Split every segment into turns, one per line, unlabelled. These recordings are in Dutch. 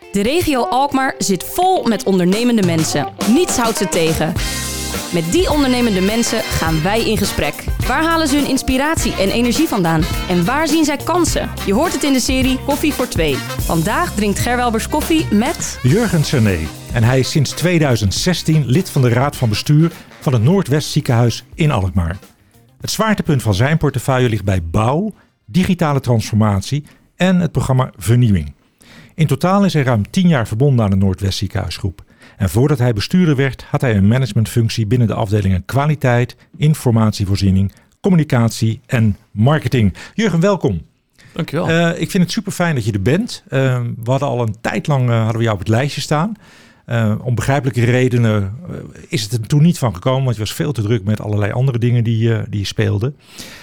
De regio Alkmaar zit vol met ondernemende mensen. Niets houdt ze tegen. Met die ondernemende mensen gaan wij in gesprek. Waar halen ze hun inspiratie en energie vandaan? En waar zien zij kansen? Je hoort het in de serie Koffie voor Twee. Vandaag drinkt Gerwelbers koffie met
Jurgen Cerné. En hij is sinds 2016 lid van de Raad van Bestuur van het Noordwest Ziekenhuis in Alkmaar. Het zwaartepunt van zijn portefeuille ligt bij bouw, digitale transformatie en het programma Vernieuwing. In totaal is hij ruim 10 jaar verbonden aan de Noordwest Ziekenhuisgroep. En voordat hij bestuurder werd, had hij een managementfunctie binnen de afdelingen kwaliteit, informatievoorziening, communicatie en marketing. Jurgen, welkom.
Dankjewel.
Ik vind het super fijn dat je er bent. We hadden al een tijd lang hadden we jou op het lijstje staan. Om begrijpelijke redenen is het er toen niet van gekomen, want je was veel te druk met allerlei andere dingen die speelden.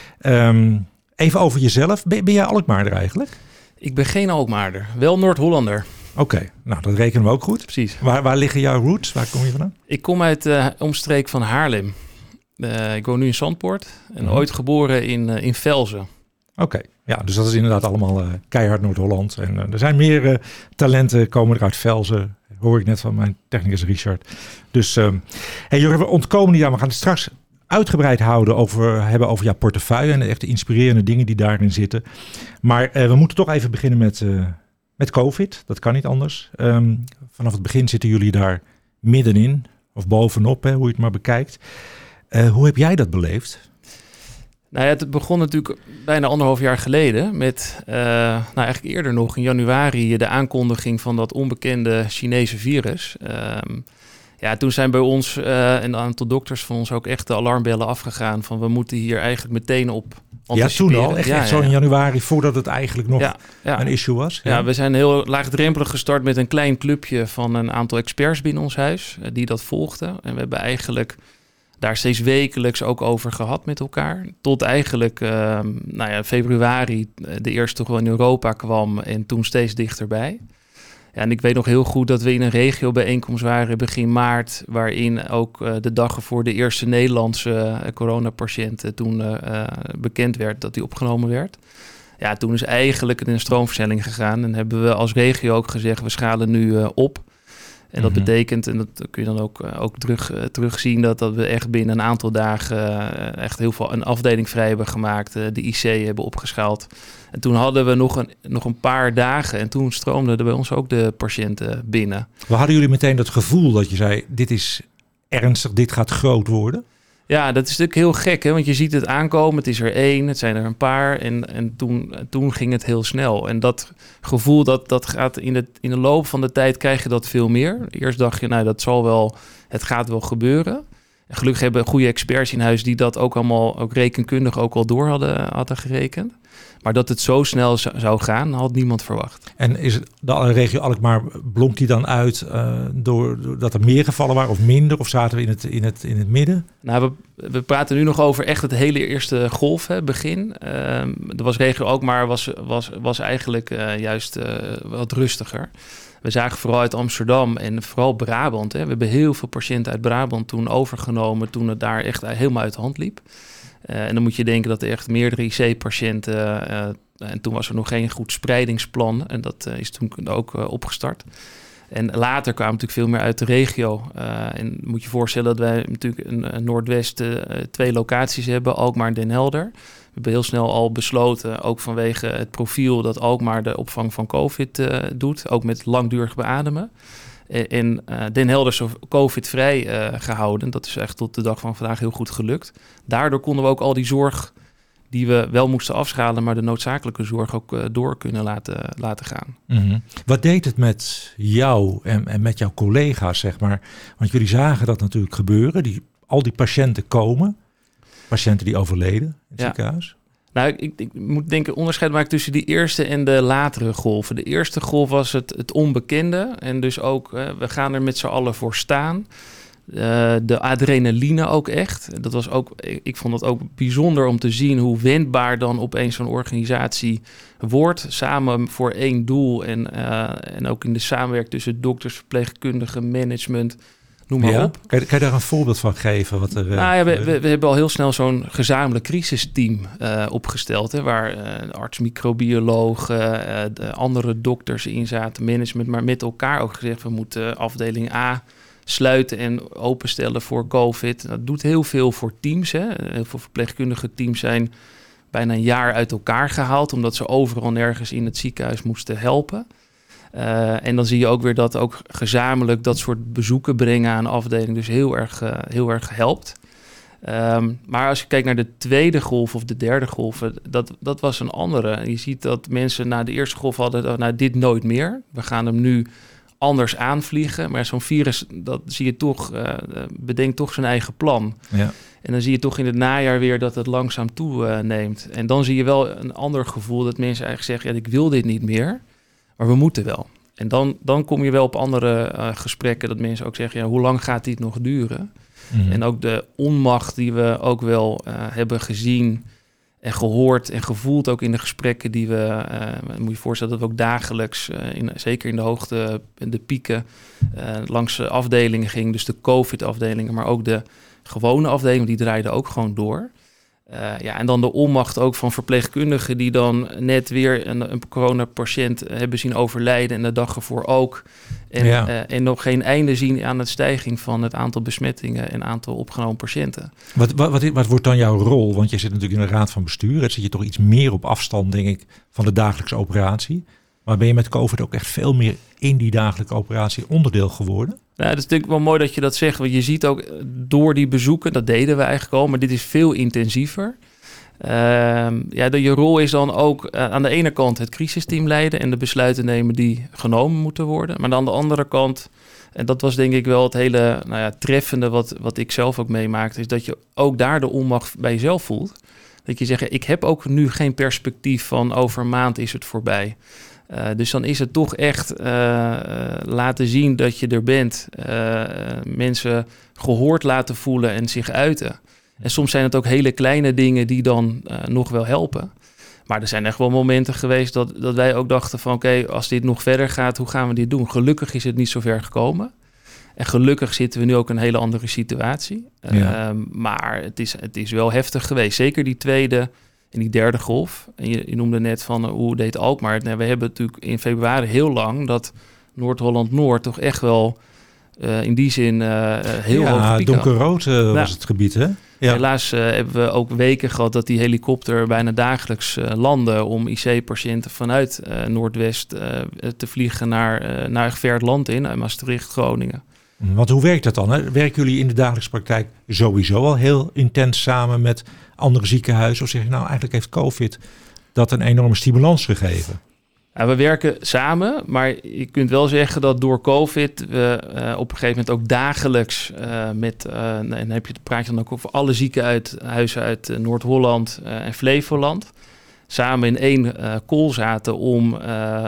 Even over jezelf. Ben jij Alkmaarder eigenlijk?
Ik ben geen Alkmaarder, wel Noord-Hollander.
Oké, nou dat rekenen we ook goed.
Precies.
Waar liggen jouw roots? Waar kom je vandaan?
Ik kom uit de omstreek van Haarlem. Ik woon nu in Zandpoort en ooit geboren in Velzen.
Oké, ja, dus dat is inderdaad allemaal keihard Noord-Holland. En er zijn meer talenten komen er uit Velzen. Hoor ik net van mijn technicus Richard. Dus hey, Jurgen, we ontkomen niet aan. We gaan het straks uitgebreid hebben over jouw portefeuille en de echt inspirerende dingen die daarin zitten. Maar we moeten toch even beginnen met COVID. Dat kan niet anders. Vanaf het begin zitten jullie daar middenin of bovenop, hoe je het maar bekijkt. Hoe heb jij dat beleefd?
Nou ja, het begon natuurlijk bijna 1,5 jaar geleden met, eigenlijk eerder nog in januari, de aankondiging van dat onbekende Chinese virus. Toen zijn bij ons en een aantal dokters van ons ook echt de alarmbellen afgegaan van we moeten hier eigenlijk meteen op anticiperen.
Ja, toen al? Echt zo in januari, voordat het eigenlijk nog een issue was?
Ja, we zijn heel laagdrempelig gestart met een klein clubje van een aantal experts binnen ons huis die dat volgden. En we hebben eigenlijk daar steeds wekelijks ook over gehad met elkaar. Tot eigenlijk februari de eerste gewoon in Europa kwam en toen steeds dichterbij. Ja, en ik weet nog heel goed dat we in een regiobijeenkomst waren begin maart, waarin ook de dag ervoor de eerste Nederlandse coronapatiënt toen bekend werd dat die opgenomen werd. Ja, toen is eigenlijk in een stroomversnelling gegaan en hebben we als regio ook gezegd, we schalen nu op. En dat betekent, en dat kun je dan ook terugzien, dat we echt binnen een aantal dagen echt heel veel een afdeling vrij hebben gemaakt. De IC hebben opgeschaald. En toen hadden we nog een paar dagen en toen stroomden er bij ons ook de patiënten binnen.
Maar hadden jullie meteen dat gevoel dat je zei, dit is ernstig, dit gaat groot worden?
Ja, dat is natuurlijk heel gek, hè? Want je ziet het aankomen. Het is er 1, het zijn er een paar. En toen ging het heel snel. En dat gevoel, dat gaat in de loop van de tijd krijg je dat veel meer. Eerst dacht je, dat zal wel, het gaat wel gebeuren. En gelukkig hebben we goede experts in huis die dat ook allemaal, ook rekenkundig ook al door hadden gerekend. Maar dat het zo snel zou gaan, had niemand verwacht.
En is de regio Alkmaar, blonk die dan uit doordat er meer gevallen waren of minder? Of zaten we in het midden?
Nou, we praten nu nog over echt het hele eerste golf, begin. Er was regio Alkmaar was eigenlijk juist wat rustiger. We zagen vooral uit Amsterdam en vooral Brabant. Hè. We hebben heel veel patiënten uit Brabant toen overgenomen toen het daar echt helemaal uit de hand liep. En dan moet je denken dat er echt meerdere IC-patiënten... en toen was er nog geen goed spreidingsplan. En dat is toen ook opgestart. En later kwamen natuurlijk veel meer uit de regio. En moet je voorstellen dat wij natuurlijk een Noordwest 2 locaties hebben. Alkmaar en Den Helder. We hebben heel snel al besloten, ook vanwege het profiel... dat Alkmaar de opvang van COVID doet. Ook met langdurig beademen. En Den Helder is COVID-vrij gehouden. Dat is echt tot de dag van vandaag heel goed gelukt. Daardoor konden we ook al die zorg die we wel moesten afschalen, maar de noodzakelijke zorg ook door kunnen laten gaan.
Mm-hmm. Wat deed het met jou en met jouw collega's, zeg maar? Want jullie zagen dat natuurlijk gebeuren. Al die patiënten komen. Patiënten die overleden in het ziekenhuis.
Nou, ik moet denken onderscheid maken tussen die eerste en de latere golven. De eerste golf was het onbekende. En dus ook, we gaan er met z'n allen voor staan. De adrenaline ook echt. Dat was ook, ik vond het ook bijzonder om te zien hoe wendbaar dan opeens zo'n organisatie wordt. Samen voor één doel en ook in de samenwerking tussen dokters, verpleegkundigen, management. noem maar op.
Kan je daar een voorbeeld van geven? Wat er,
we hebben al heel snel zo'n gezamenlijk crisisteam opgesteld. Hè, waar arts, microbiologen, de andere dokters in zaten, management. Maar met elkaar ook gezegd, we moeten afdeling A sluiten en openstellen voor COVID. Dat doet heel veel voor teams. Hè. Heel veel verpleegkundige teams zijn bijna een jaar uit elkaar gehaald, omdat ze overal nergens in het ziekenhuis moesten helpen. En dan zie je ook weer dat ook gezamenlijk dat soort bezoeken brengen aan een afdeling dus heel erg helpt. Maar als je kijkt naar de tweede golf of de derde golf, dat was een andere. Je ziet dat mensen na de eerste golf hadden, dit nooit meer. We gaan hem nu anders aanvliegen. Maar zo'n virus, dat zie je toch, bedenkt toch zijn eigen plan. Ja. En dan zie je toch in het najaar weer dat het langzaam toeneemt. En dan zie je wel een ander gevoel dat mensen eigenlijk zeggen, ik wil dit niet meer, maar we moeten wel. En dan kom je wel op andere gesprekken dat mensen ook zeggen, hoe lang gaat dit nog duren? Mm-hmm. En ook de onmacht die we ook wel hebben gezien en gehoord en gevoeld ook in de gesprekken die we... moet je voorstellen dat we ook dagelijks, zeker in de hoogte, de pieken, langs afdelingen gingen. Dus de COVID-afdelingen, maar ook de gewone afdelingen, die draaiden ook gewoon door. En dan de onmacht ook van verpleegkundigen die dan net weer een coronapatiënt hebben zien overlijden en de dag ervoor ook. En nog geen einde zien aan de stijging van het aantal besmettingen en aantal opgenomen patiënten.
Wat wordt dan jouw rol? Want je zit natuurlijk in de raad van bestuur. Het zit je toch iets meer op afstand, denk ik, van de dagelijkse operatie. Maar ben je met COVID ook echt veel meer in die dagelijkse operatie onderdeel geworden?
Nou, het is natuurlijk wel mooi dat je dat zegt. Want je ziet ook door die bezoeken, dat deden we eigenlijk al, maar dit is veel intensiever. Je rol is dan ook aan de ene kant het crisisteam leiden en de besluiten nemen die genomen moeten worden. Maar aan de andere kant, en dat was denk ik wel het hele treffende wat ik zelf ook meemaakte, is dat je ook daar de onmacht bij jezelf voelt. Dat je zegt, ik heb ook nu geen perspectief van over een maand is het voorbij. Dus dan is het toch echt laten zien dat je er bent. Mensen gehoord laten voelen en zich uiten. En soms zijn het ook hele kleine dingen die dan nog wel helpen. Maar er zijn echt wel momenten geweest dat wij ook dachten van oké, als dit nog verder gaat, hoe gaan we dit doen? Gelukkig is het niet zo ver gekomen. En gelukkig zitten we nu ook in een hele andere situatie. Ja. Maar het is wel heftig geweest. Zeker die tweede en die derde golf. En je noemde net van hoe deed Alkmaar. We hebben natuurlijk in februari heel lang dat Noord-Holland-Noord toch echt wel in die zin heel hoog piek.
Donkerrood was het gebied, hè? Ja.
Helaas hebben we ook weken gehad dat die helikopter bijna dagelijks landde om IC-patiënten vanuit Noordwest te vliegen naar ver het land in, Maastricht, Groningen.
Want hoe werkt dat dan? Hè? Werken jullie in de dagelijkse praktijk sowieso al heel intens samen met andere ziekenhuizen? Of zeg je eigenlijk heeft COVID dat een enorme stimulans gegeven?
Ja, we werken samen, maar je kunt wel zeggen dat door COVID we op een gegeven moment ook dagelijks en praat je dan ook over alle ziekenhuizen uit Noord-Holland en Flevoland samen in één call zaten om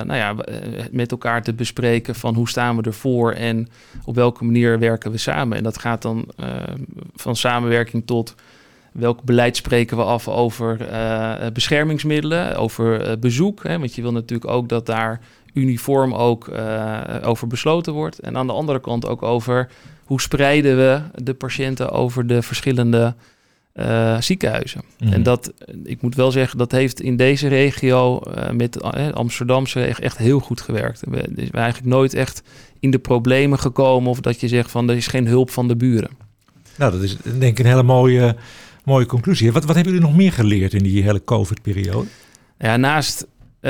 met elkaar te bespreken van hoe staan we ervoor en op welke manier werken we samen. En dat gaat dan van samenwerking tot welk beleid spreken we af over beschermingsmiddelen, over bezoek. Hè, want je wil natuurlijk ook dat daar uniform ook over besloten wordt. En aan de andere kant ook over hoe spreiden we de patiënten over de verschillende ziekenhuizen. Mm. En ik moet wel zeggen, dat heeft in deze regio met Amsterdamse echt heel goed gewerkt. We zijn eigenlijk nooit echt in de problemen gekomen of dat je zegt van er is geen hulp van de buren.
Nou, dat is denk ik een hele mooie conclusie. Wat hebben jullie nog meer geleerd in die hele COVID-periode?
Ja, naast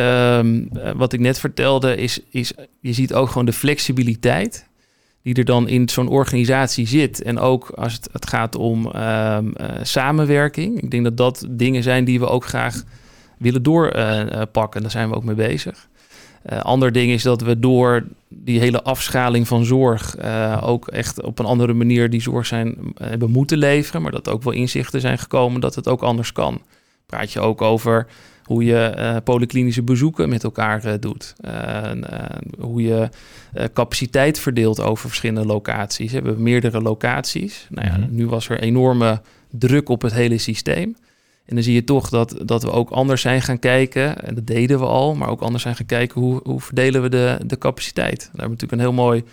wat ik net vertelde, is je ziet ook gewoon de flexibiliteit die er dan in zo'n organisatie zit. En ook als het gaat om samenwerking. Ik denk dat dingen zijn die we ook graag willen doorpakken. Daar zijn we ook mee bezig. Ander ding is dat we door die hele afschaling van zorg ook echt op een andere manier die zorg hebben moeten leveren. Maar dat ook wel inzichten zijn gekomen dat het ook anders kan. Praat je ook over hoe je polyklinische bezoeken met elkaar doet. Hoe je capaciteit verdeelt over verschillende locaties. We hebben meerdere locaties. Nu was er enorme druk op het hele systeem. En dan zie je toch dat we ook anders zijn gaan kijken. En dat deden we al, maar ook anders zijn gaan kijken hoe verdelen we de capaciteit. Daar hebben we natuurlijk een heel mooi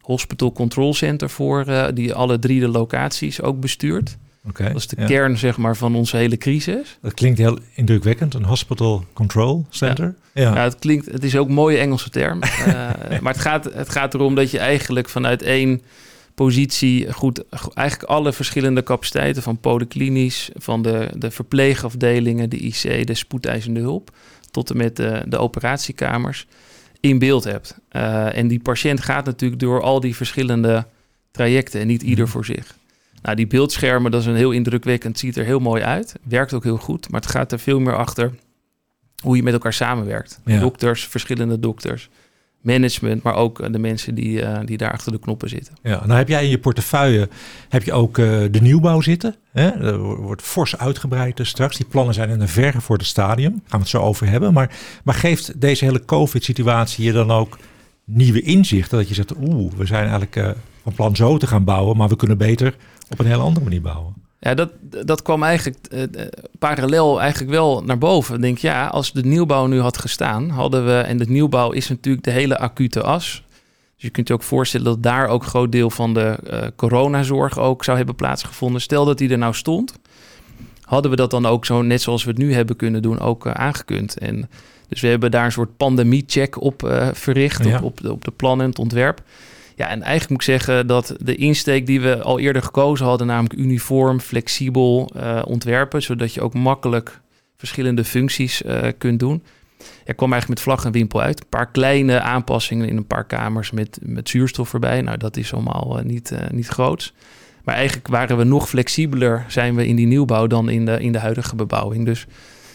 Hospital Control Center voor, die alle 3 de locaties ook bestuurt.
Okay,
dat is de kern, zeg maar, van onze hele crisis.
Dat klinkt heel indrukwekkend, een Hospital Control Center.
Ja, het is ook een mooie Engelse term. Maar het gaat erom dat je eigenlijk vanuit 1 positie eigenlijk alle verschillende capaciteiten van polyklinisch, van de verpleegafdelingen, de IC, de spoedeisende hulp, tot en met de operatiekamers in beeld hebt. En die patiënt gaat natuurlijk door al die verschillende trajecten en niet ieder voor zich. Nou, die beeldschermen, dat is een heel indrukwekkend, ziet er heel mooi uit. Werkt ook heel goed, maar het gaat er veel meer achter hoe je met elkaar samenwerkt. Ja. Dokters, verschillende dokters, management, maar ook de mensen die daar achter de knoppen zitten.
Ja, nou heb jij in je portefeuille ook de nieuwbouw zitten. Hè? Er wordt fors uitgebreid straks. Die plannen zijn in een vergevorderd stadium. Daar gaan we het zo over hebben. Maar geeft deze hele COVID-situatie je dan ook nieuwe inzichten? Dat je zegt, we zijn eigenlijk van plan zo te gaan bouwen, maar we kunnen beter op een hele andere manier bouwen.
Ja, dat kwam eigenlijk parallel eigenlijk wel naar boven. Ik denk, als de nieuwbouw nu had gestaan, hadden we, en de nieuwbouw is natuurlijk de hele acute as. Dus je kunt je ook voorstellen dat daar ook een groot deel van de coronazorg ook zou hebben plaatsgevonden. Stel dat die er nou stond, hadden we dat dan ook zo, net zoals we het nu hebben kunnen doen, ook aangekund. En dus we hebben daar een soort pandemie-check op verricht, op de plannen en het ontwerp. Ja, en eigenlijk moet ik zeggen dat de insteek die we al eerder gekozen hadden, namelijk uniform, flexibel ontwerpen, zodat je ook makkelijk verschillende functies kunt doen, kwam eigenlijk met vlag en wimpel uit. Een paar kleine aanpassingen in een paar kamers met zuurstof erbij. Nou, dat is allemaal niet groots. Maar eigenlijk waren we nog flexibeler, zijn we in die nieuwbouw dan in de huidige bebouwing. Dus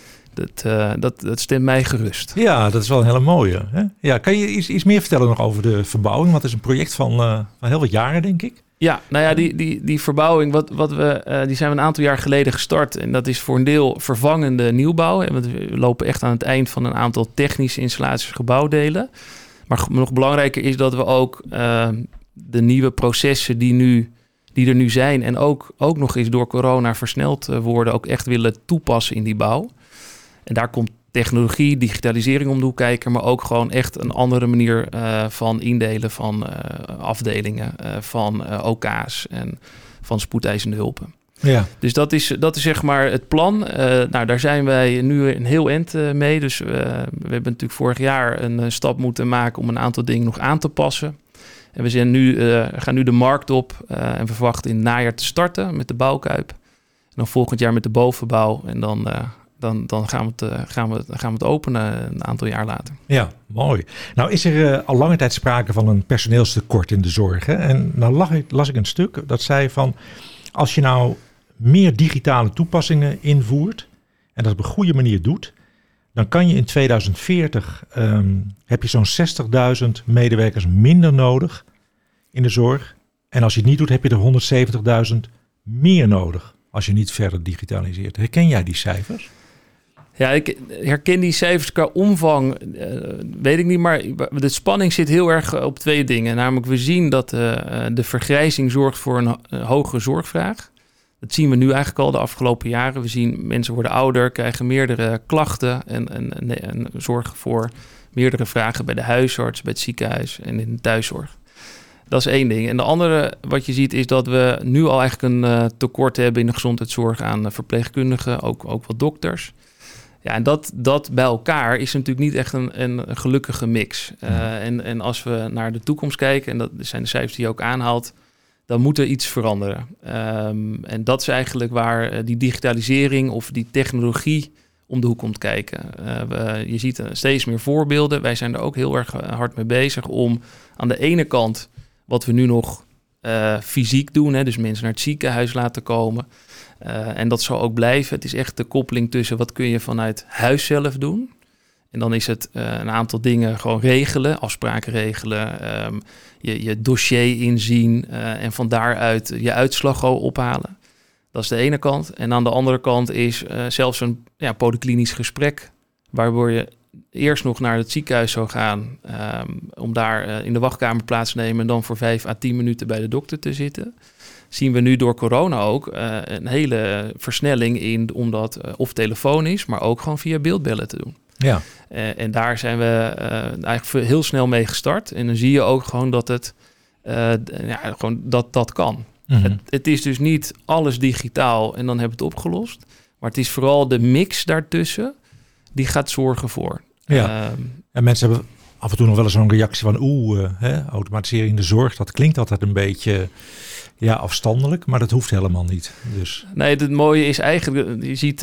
dat stemt mij gerust.
Ja, dat is wel een hele mooie. Hè? Ja, kan je iets meer vertellen nog over de verbouwing? Want het is een project van heel wat jaren, denk ik.
Ja, nou ja, die verbouwing, die zijn we een aantal jaar geleden gestart. En dat is voor een deel vervangende nieuwbouw. En we lopen echt aan het eind van een aantal technische installaties, gebouwdelen. Maar nog belangrijker is dat we ook de nieuwe processen die er nu zijn en ook nog eens door corona versneld worden, ook echt willen toepassen in die bouw. En daar komt technologie, digitalisering om de hoek kijken, maar ook gewoon echt een andere manier van indelen van afdelingen, van OK's en van spoedeisende hulpen. Ja. Dus dat is zeg maar het plan. Nou, daar zijn wij nu een heel eind mee. Dus we hebben natuurlijk vorig jaar een stap moeten maken om een aantal dingen nog aan te passen. En we zijn gaan nu de markt op en we verwachten in het najaar te starten met de bouwkuip. En dan volgend jaar met de bovenbouw en dan gaan we het openen een aantal jaar later.
Ja, mooi. Nou is er al lange tijd sprake van een personeelstekort in de zorg. Hè? En nou las ik een stuk dat zei van, als je nou meer digitale toepassingen invoert en dat op een goede manier doet, dan kan je in 2040 heb je zo'n 60.000 medewerkers minder nodig in de zorg. En als je het niet doet, heb je er 170.000 meer nodig als je niet verder digitaliseert. Herken jij die cijfers?
Ja, ik herken die cijfers qua omvang, weet ik niet. Maar de spanning zit heel erg op 2 dingen. Namelijk, we zien dat de vergrijzing zorgt voor een hogere zorgvraag. Dat zien we nu eigenlijk al de afgelopen jaren. We zien mensen worden ouder, krijgen meerdere klachten en zorgen voor meerdere vragen bij de huisarts, bij het ziekenhuis en in de thuiszorg. Dat is 1 ding. En de andere wat je ziet is dat we nu al eigenlijk een tekort hebben in de gezondheidszorg aan verpleegkundigen, ook wat dokters. Ja, en dat bij elkaar is natuurlijk niet echt een gelukkige mix. En als we naar de toekomst kijken, en dat zijn de cijfers die je ook aanhaalt, dan moet er iets veranderen. En dat is eigenlijk waar die digitalisering of die technologie om de hoek komt kijken. Je ziet steeds meer voorbeelden. Wij zijn er ook heel erg hard mee bezig om aan de ene kant wat we nu nog fysiek doen, hè, dus mensen naar het ziekenhuis laten komen. En dat zal ook blijven. Het is echt de koppeling tussen wat kun je vanuit huis zelf doen. En dan is het een aantal dingen gewoon regelen, afspraken regelen, je dossier inzien en van daaruit je uitslag ophalen. Dat is de ene kant. En aan de andere kant is zelfs een polyklinisch gesprek, waardoor je eerst nog naar het ziekenhuis zou gaan om daar in de wachtkamer plaats te nemen en dan voor 5 à 10 minuten bij de dokter te zitten. Zien we nu door corona ook een hele versnelling in om dat of telefonisch, maar ook gewoon via beeldbellen te doen. Ja. En daar zijn we eigenlijk heel snel mee gestart. En dan zie je ook gewoon dat het Gewoon dat kan.
Mm-hmm.
Het is dus niet alles digitaal en dan hebben we het opgelost. Maar het is vooral de mix daartussen die gaat zorgen voor.
Ja. En mensen hebben af en toe nog wel eens zo'n reactie van automatisering in de zorg. Dat klinkt altijd een beetje afstandelijk, maar dat hoeft helemaal niet. Dus.
Nee, het mooie is eigenlijk, je ziet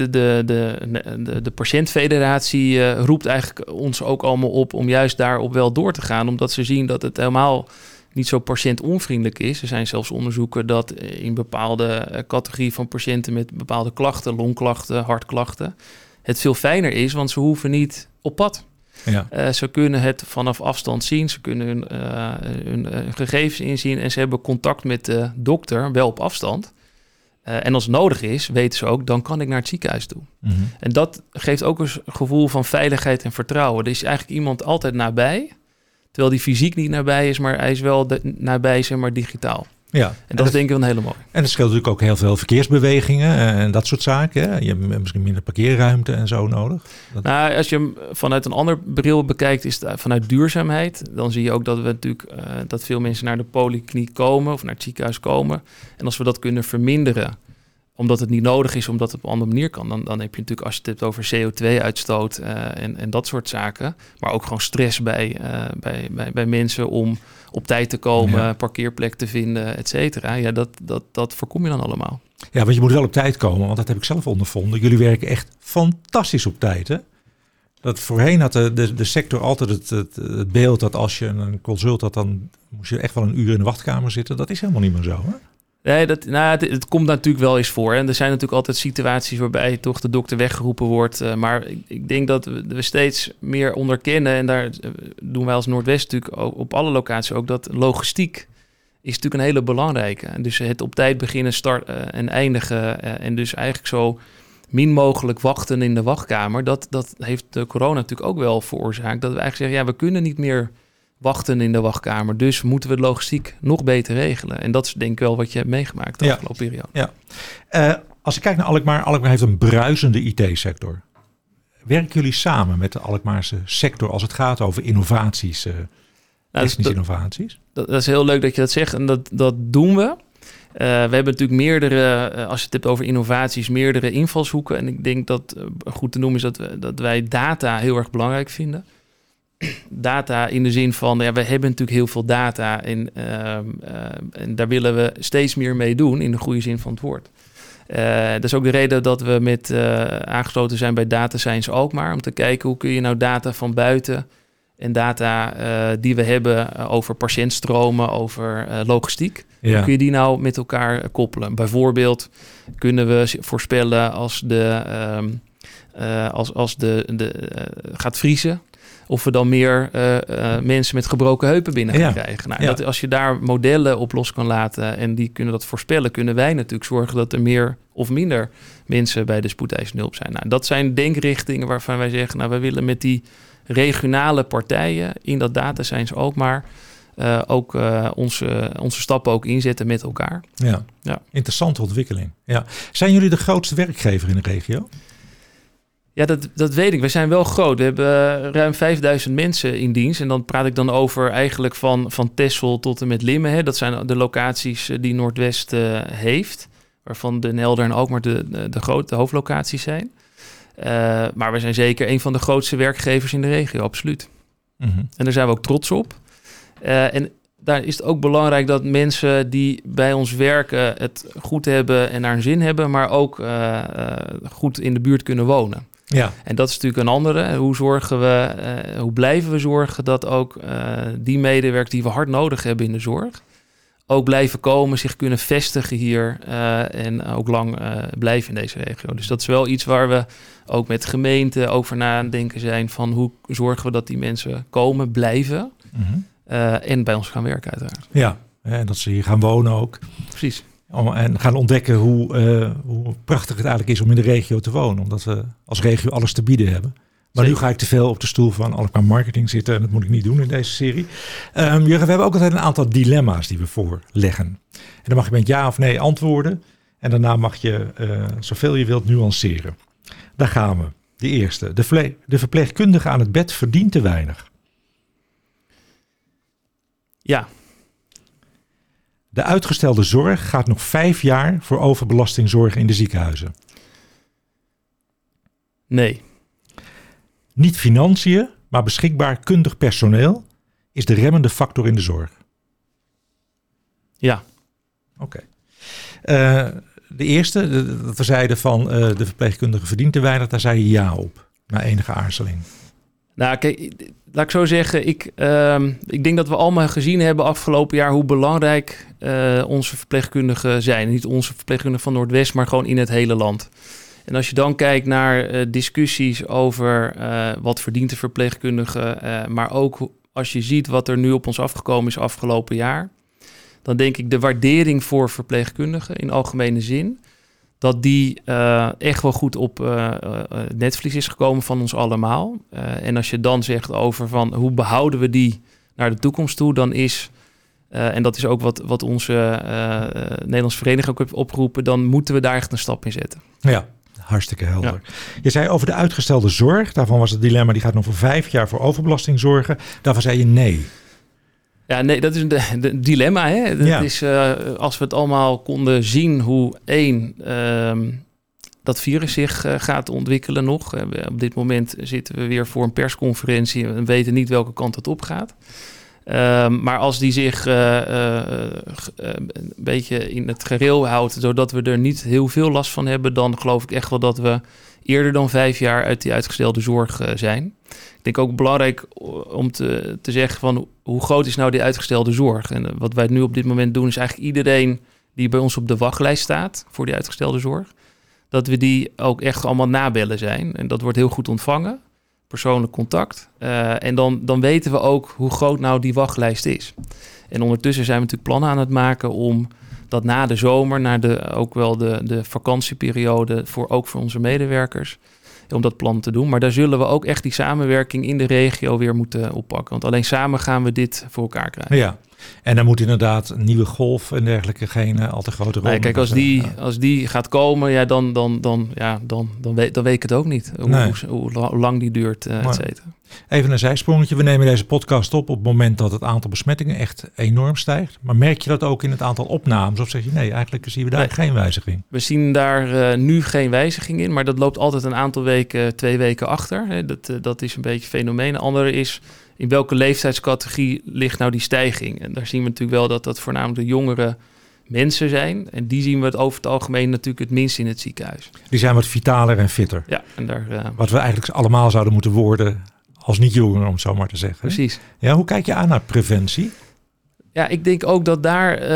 de patiëntfederatie roept eigenlijk ons ook allemaal op om juist daarop wel door te gaan. Omdat ze zien dat het helemaal niet zo patiëntonvriendelijk is. Er zijn zelfs onderzoeken dat in bepaalde categorieën van patiënten met bepaalde klachten, longklachten, hartklachten, het veel fijner is, want ze hoeven niet op pad.
Ja.
Ze kunnen het vanaf afstand zien, ze kunnen hun gegevens inzien en ze hebben contact met de dokter, wel op afstand. En als het nodig is, weten ze ook, dan kan ik naar het ziekenhuis toe.
Mm-hmm.
En dat geeft ook een gevoel van veiligheid en vertrouwen. Er is eigenlijk iemand altijd nabij, terwijl die fysiek niet nabij is, maar hij is wel nabij, zeg maar, digitaal.
Ja.
En dat is denk ik wel een hele mooie.
En dat scheelt natuurlijk ook heel veel verkeersbewegingen en dat soort zaken. Hè? Je hebt misschien minder parkeerruimte en zo nodig.
Nou, als je hem vanuit een ander bril bekijkt, is het vanuit duurzaamheid. Dan zie je ook dat we natuurlijk dat veel mensen naar de polykliniek komen of naar het ziekenhuis komen. En als we dat kunnen verminderen, omdat het niet nodig is, omdat het op een andere manier kan, dan heb je natuurlijk, als je het hebt over CO2-uitstoot en dat soort zaken, maar ook gewoon stress bij mensen om op tijd te komen, parkeerplek te vinden, et cetera. Ja, dat voorkom je dan allemaal.
Ja, want je moet wel op tijd komen, want dat heb ik zelf ondervonden. Jullie werken echt fantastisch op tijd, hè? Dat voorheen had de sector altijd het beeld dat als je een consult had, dan moest je echt wel een uur in de wachtkamer zitten. Dat is helemaal niet meer zo, hè?
Nee, het komt natuurlijk wel eens voor. En er zijn natuurlijk altijd situaties waarbij toch de dokter weggeroepen wordt. Maar ik denk dat we steeds meer onderkennen. En daar doen wij als Noordwest natuurlijk op alle locaties ook. Dat logistiek is natuurlijk een hele belangrijke. En dus het op tijd beginnen, starten en eindigen. En dus eigenlijk zo min mogelijk wachten in de wachtkamer. Dat heeft de corona natuurlijk ook wel veroorzaakt. Dat we eigenlijk zeggen, we kunnen niet meer wachten in de wachtkamer. Dus moeten we de logistiek nog beter regelen. En dat is denk ik wel wat je hebt meegemaakt de afgelopen periode.
Ja. Als ik kijk naar Alkmaar heeft een bruisende IT-sector. Werken jullie samen met de Alkmaarse sector als het gaat over innovaties, technische innovaties?
Dat is heel leuk dat je dat zegt en dat doen we. We hebben natuurlijk meerdere, als je het hebt over innovaties, meerdere invalshoeken. En ik denk dat goed te noemen is dat wij data heel erg belangrijk vinden. Data in de zin van, we hebben natuurlijk heel veel data en daar willen we steeds meer mee doen in de goede zin van het woord. Dat is ook de reden dat we met aangesloten zijn bij Data Science Alkmaar, om te kijken hoe kun je nou data van buiten en data die we hebben over patiëntstromen, over logistiek, hoe kun je die nou met elkaar koppelen? Bijvoorbeeld kunnen we voorspellen als de gaat vriezen, of we dan meer mensen met gebroken heupen binnen gaan krijgen. Nou, dat, als je daar modellen op los kan laten en die kunnen dat voorspellen, kunnen wij natuurlijk zorgen dat er meer of minder mensen bij de spoedeisende hulp zijn. Nou, dat zijn denkrichtingen waarvan wij zeggen, wij willen met die regionale partijen in dat data science ook maar onze stappen ook inzetten met elkaar.
Ja. Interessante ontwikkeling. Ja. Zijn jullie de grootste werkgever in de regio?
Ja, dat weet ik. We zijn wel groot. We hebben ruim 5000 mensen in dienst. En dan praat ik dan over eigenlijk van Texel tot en met Limmen. Hè. Dat zijn de locaties die Noordwest heeft. Waarvan Den Helder en ook maar de hoofdlocaties zijn. Maar we zijn zeker een van de grootste werkgevers in de regio, absoluut.
Mm-hmm.
En daar zijn we ook trots op. En daar is het ook belangrijk dat mensen die bij ons werken het goed hebben en naar hun zin hebben, maar ook goed in de buurt kunnen wonen.
Ja.
En dat is natuurlijk een andere. Hoe blijven we zorgen dat ook die medewerkers die we hard nodig hebben in de zorg ook blijven komen, zich kunnen vestigen hier en ook lang blijven in deze regio. Dus dat is wel iets waar we ook met gemeenten over na aan het denken zijn van hoe zorgen we dat die mensen komen, blijven en bij ons gaan werken uiteraard.
Ja, en dat ze hier gaan wonen ook.
Precies.
En gaan ontdekken hoe prachtig het eigenlijk is om in de regio te wonen. Omdat we als regio alles te bieden hebben. Maar zeker. Nu ga ik te veel op de stoel van Alkmaar Marketing zitten. En dat moet ik niet doen in deze serie. Jurgen, we hebben ook altijd een aantal dilemma's die we voorleggen. En dan mag je met ja of nee antwoorden. En daarna mag je zoveel je wilt nuanceren. Daar gaan we. De eerste. De verpleegkundige aan het bed verdient te weinig.
Ja.
De uitgestelde zorg gaat nog 5 jaar voor overbelasting zorgen in de ziekenhuizen.
Nee.
Niet financiën, maar beschikbaar kundig personeel is de remmende factor in de zorg.
Ja.
Oké. De eerste, dat we zeiden van de verpleegkundige verdient te weinig, daar zei je ja op, na enige aarzeling.
Nou, kijk, laat ik zo zeggen, ik denk dat we allemaal gezien hebben afgelopen jaar hoe belangrijk onze verpleegkundigen zijn. Niet onze verpleegkundigen van Noordwest, maar gewoon in het hele land. En als je dan kijkt naar discussies over wat verdient de verpleegkundige, maar ook als je ziet wat er nu op ons afgekomen is afgelopen jaar, dan denk ik de waardering voor verpleegkundigen in algemene zin, dat die echt wel goed op netvlies is gekomen van ons allemaal. En als je dan zegt over van hoe behouden we die naar de toekomst toe, dan is, en dat is ook wat onze Nederlandse vereniging ook heeft opgeroepen, dan moeten we daar echt een stap in zetten.
Ja, hartstikke helder. Ja.
Ja.
Je zei over de uitgestelde zorg, daarvan was het dilemma, die gaat nog voor 5 jaar voor overbelasting zorgen. Daarvan zei je nee.
Ja, nee, dat is een dilemma. Hè? Dat is, als we het allemaal konden zien hoe dat virus zich gaat ontwikkelen nog. Op dit moment zitten we weer voor een persconferentie en weten niet welke kant het op gaat. Maar als die zich een beetje in het gereel houdt, zodat we er niet heel veel last van hebben, dan geloof ik echt wel dat we eerder dan 5 jaar uit die uitgestelde zorg zijn. Ik denk ook belangrijk om te zeggen van hoe groot is nou die uitgestelde zorg? En wat wij nu op dit moment doen is eigenlijk iedereen die bij ons op de wachtlijst staat voor die uitgestelde zorg, dat we die ook echt allemaal nabellen zijn. En dat wordt heel goed ontvangen, persoonlijk contact. En dan weten we ook hoe groot nou die wachtlijst is. En ondertussen zijn we natuurlijk plannen aan het maken om dat na de zomer, ook wel de vakantieperiode, ook voor onze medewerkers, om dat plan te doen. Maar daar zullen we ook echt die samenwerking in de regio weer moeten oppakken. Want alleen samen gaan we dit voor elkaar krijgen.
Ja, en dan moet inderdaad een nieuwe golf en dergelijke geen al te grote rol.
Nee, kijk, als die gaat komen, ja, dan weet ik het ook niet. Hoe lang die duurt, et cetera.
Even een zijsprongetje. We nemen deze podcast op het moment dat het aantal besmettingen echt enorm stijgt. Maar merk je dat ook in het aantal opnames? Of zeg je nee, eigenlijk zien we daar geen wijziging?
We zien daar nu geen wijziging in. Maar dat loopt altijd een aantal weken, 2 weken achter. Dat is een beetje een fenomeen. Een andere is, in welke leeftijdscategorie ligt nou die stijging? En daar zien we natuurlijk wel dat voornamelijk de jongere mensen zijn. En die zien we het over het algemeen natuurlijk het minst in het ziekenhuis.
Die zijn wat vitaler en fitter.
Ja, en daar,
wat we eigenlijk allemaal zouden moeten worden als niet-jongeren, om het zo maar te zeggen.
Precies.
Ja, hoe kijk je aan naar preventie?
Ja, ik denk ook dat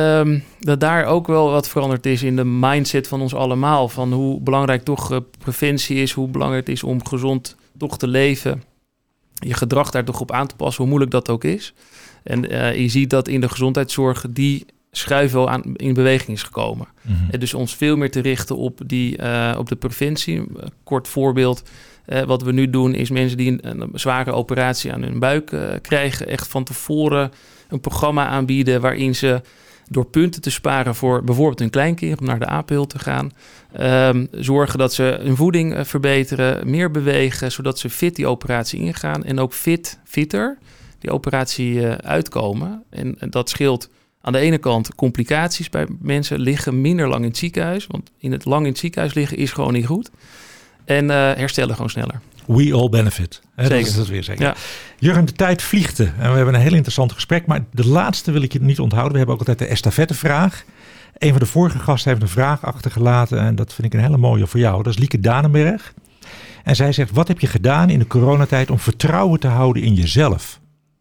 daar ook wel wat veranderd is in de mindset van ons allemaal. Van hoe belangrijk toch preventie is, hoe belangrijk het is om gezond toch te leven. Je gedrag daar toch op aan te passen, hoe moeilijk dat ook is. En je ziet dat in de gezondheidszorg die schuif wel in beweging is gekomen. Mm-hmm. Dus ons veel meer te richten op de preventie. Kort voorbeeld. Wat we nu doen is mensen die een zware operatie aan hun buik krijgen, echt van tevoren een programma aanbieden waarin ze door punten te sparen voor bijvoorbeeld hun kleinkind om naar de A-pil te gaan, zorgen dat ze hun voeding verbeteren, meer bewegen, zodat ze fit die operatie ingaan en ook fitter die operatie uitkomen. En dat scheelt aan de ene kant complicaties bij mensen, liggen minder lang in het ziekenhuis, want lang in het ziekenhuis liggen is gewoon niet goed. En herstellen gewoon sneller.
We all benefit.
Zeker.
Dat is het weer zeker.
Ja.
Jurgen, de tijd vliegte. En we hebben een heel interessant gesprek. Maar de laatste wil ik je niet onthouden. We hebben ook altijd de estafettevraag. Een van de vorige gasten heeft een vraag achtergelaten. En dat vind ik een hele mooie voor jou. Dat is Lieke Danenberg. En zij zegt, wat heb je gedaan in de coronatijd om vertrouwen te houden in jezelf?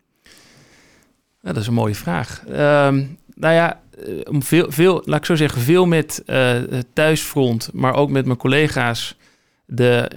Ja, dat is een mooie vraag. Om laat ik zo zeggen, veel met thuisfront, maar ook met mijn collega's de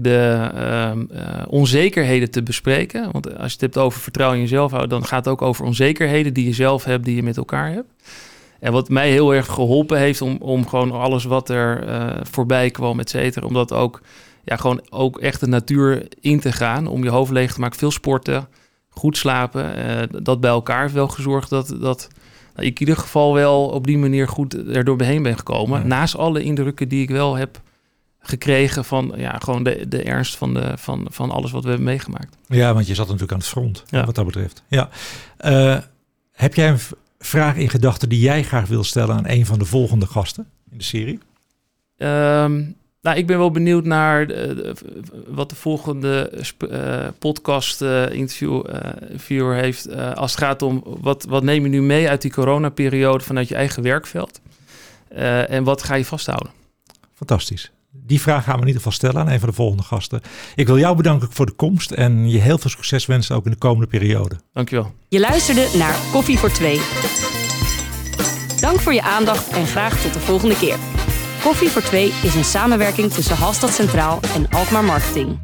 onzekerheden te bespreken. Want als je het hebt over vertrouwen in jezelf houden, dan gaat het ook over onzekerheden die je zelf hebt, die je met elkaar hebt. En wat mij heel erg geholpen heeft om gewoon alles wat er voorbij kwam, et cetera, om dat ook, gewoon ook echt de natuur in te gaan, om je hoofd leeg te maken, veel sporten, goed slapen. Dat bij elkaar heeft wel gezorgd dat ik in ieder geval wel op die manier goed er doorheen ben gekomen. Ja. Naast alle indrukken die ik wel heb gekregen van gewoon de ernst van alles wat we hebben meegemaakt.
Ja, want je zat natuurlijk aan het front, wat dat betreft. Ja. Heb jij vraag in gedachten die jij graag wil stellen aan een van de volgende gasten in de serie?
Nou, ik ben wel benieuwd naar wat de volgende podcast-interviewer heeft. Als het gaat om wat neem je nu mee uit die coronaperiode vanuit je eigen werkveld? En wat ga je vasthouden?
Fantastisch. Die vraag gaan we in ieder geval stellen aan een van de volgende gasten. Ik wil jou bedanken voor de komst en je heel veel succes wensen ook in de komende periode.
Dankjewel.
Je luisterde naar Koffie voor Twee. Dank voor je aandacht en graag tot de volgende keer. Koffie voor Twee is een samenwerking tussen Hallstatt Centraal en Alkmaar Marketing.